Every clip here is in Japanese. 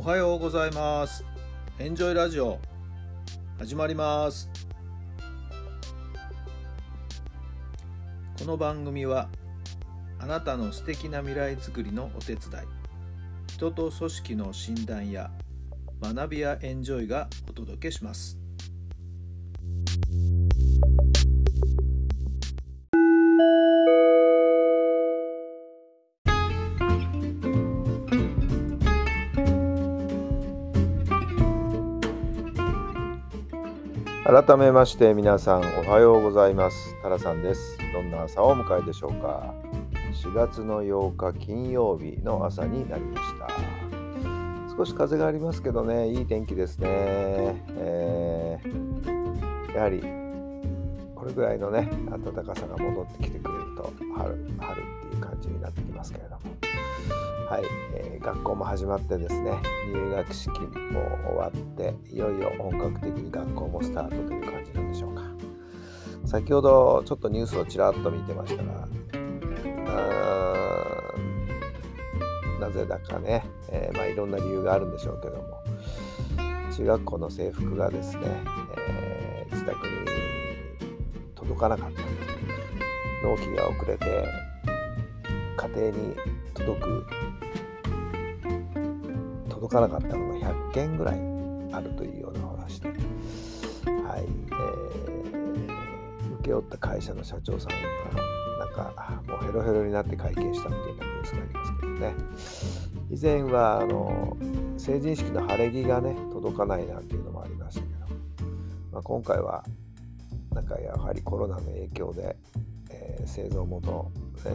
おはようございます。エンジョイラジオ始まります。この番組はあなたの素敵な未来づくりのお手伝い、人と組織の診断や学びやエンジョイがお届けします。改めまして皆さんおはようございます。タラさんです。どんな朝をお迎えでしょうか。4月の8日金曜日の朝になりました。少し風がありますけどね、いい天気ですね。やはりこれぐらいのね暖かさが戻ってきてくれると春っていう感じになってきますけれども、はい、学校も始まってですね、入学式も終わっていよいよ本格的に学校もスタートという感じなんでしょうか。先ほどちょっとニュースをちらっと見てましたが、なぜだかね、いろんな理由があるんでしょうけども、中学校の制服がですね、自宅に届かなかった、納期が遅れて家庭に届かなかったのが100件ぐらいあるというようなお話で、はい、請け負った会社の社長さんがもうヘロヘロになって会見したっていうようなニュースがありますけどね。以前は成人式の晴れ着がね届かないなんていうのもありましたけど、今回はやはりコロナの影響で、製造元、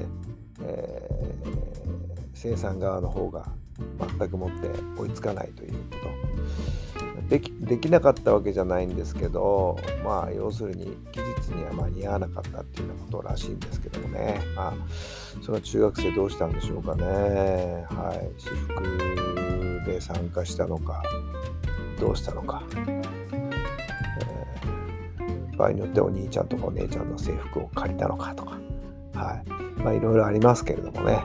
生産側の方が全くもって追いつかないということできなかったわけじゃないんですけど、要するに期日には間に合わなかったっていうようなことらしいんですけどもね、その中学生どうしたんでしょうかね。はい、私服で参加したのかどうしたのか、場合によってお兄ちゃんとかお姉ちゃんの制服を借りたのかとか、いろいろありますけれどもね、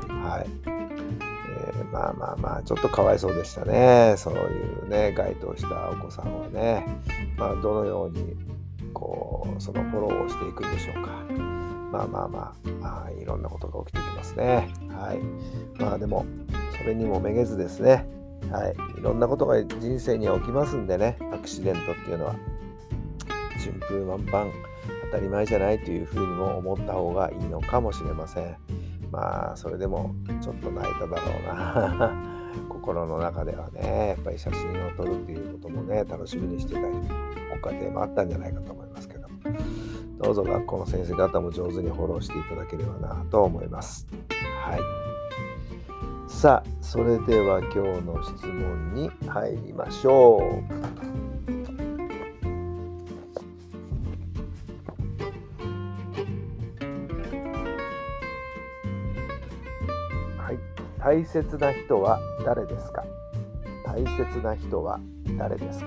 ちょっとかわいそうでしたね。そういうね該当したお子さんはね、どのようにそのフォローをしていくんでしょうか。いろんなことが起きてきますね。でもそれにもめげずですね、いろんなことが人生には起きますんでね、アクシデントっていうのは順風満帆当たり前じゃないというふうにも思った方がいいのかもしれません。それでもちょっと泣いただろうな心の中ではね、やっぱり写真を撮るっていうこともね楽しみにしてたご家庭もあったんじゃないかと思いますけど、どうぞ学校の先生方も上手にフォローしていただければなと思います。さあ、それでは今日の質問に入りましょう。大切な人は誰ですか？大切な人は誰ですか？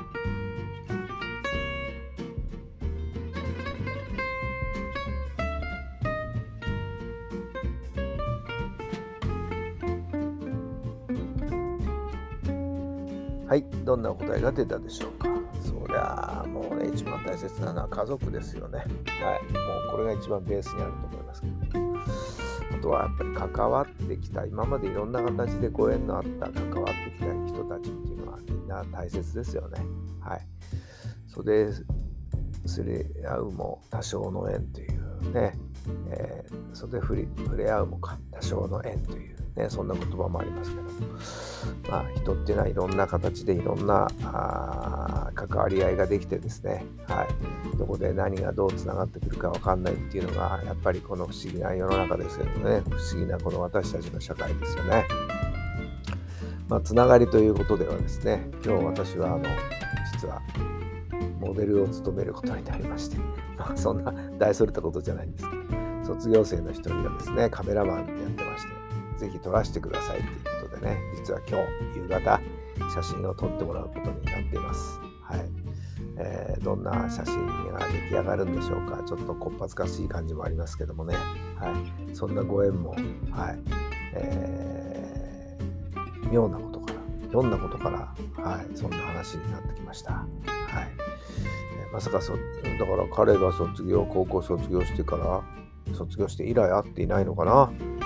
どんなお答えが出たでしょうか。そりゃもうね、一番大切なのは家族ですよね。もうこれが一番ベースにあると思いますけど、あとはやっぱり関わってきた、今までいろんな形でご縁のあった関わってきた人たちっていうのはみんな大切ですよね。それですれ合うも多少の縁というね、それで触れ合うもか多少の縁というね、そんな言葉もありますけども、人っていうのはいろんな形でいろんな関わり合いができてですね、どこで何がどうつながってくるか分かんないっていうのがやっぱりこの不思議な世の中ですよね。不思議なこの私たちの社会ですよね。つながりということではですね、今日私は実はモデルを務めることになりまして、そんな大それたことじゃないんですけど、卒業生の一人がですねカメラマンやってまして、ぜひ撮らせてくださいということでね、実は今日夕方写真を撮ってもらうことになっています。どんな写真が出来上がるんでしょうか。ちょっとこっぱずかしい感じもありますけどもね、そんなご縁も、妙なことからどんなことから、そんな話になってきました。まさかだから彼が高校卒業してから卒業して以来会っていないのかな。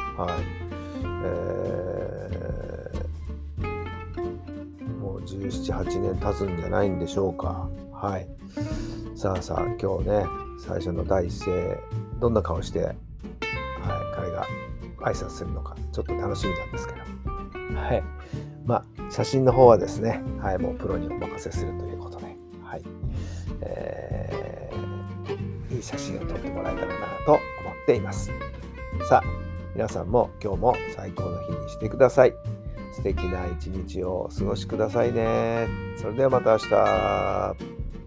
もう17、8年経つんじゃないんでしょうか。さあ今日ね、最初の第一声どんな顔して、彼が挨拶するのかちょっと楽しみなんですけど、写真の方はですね、もうプロにお任せするということで、いい写真を撮ってもらえたらなと思っています。さあ皆さんも今日も最高の日にしてください。素敵な一日をお過ごしくださいね。それではまた明日。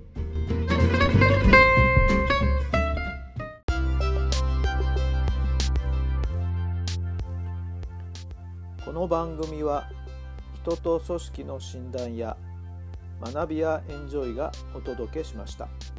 この番組は人と組織の診断や学びやエンジョイがお届けしました。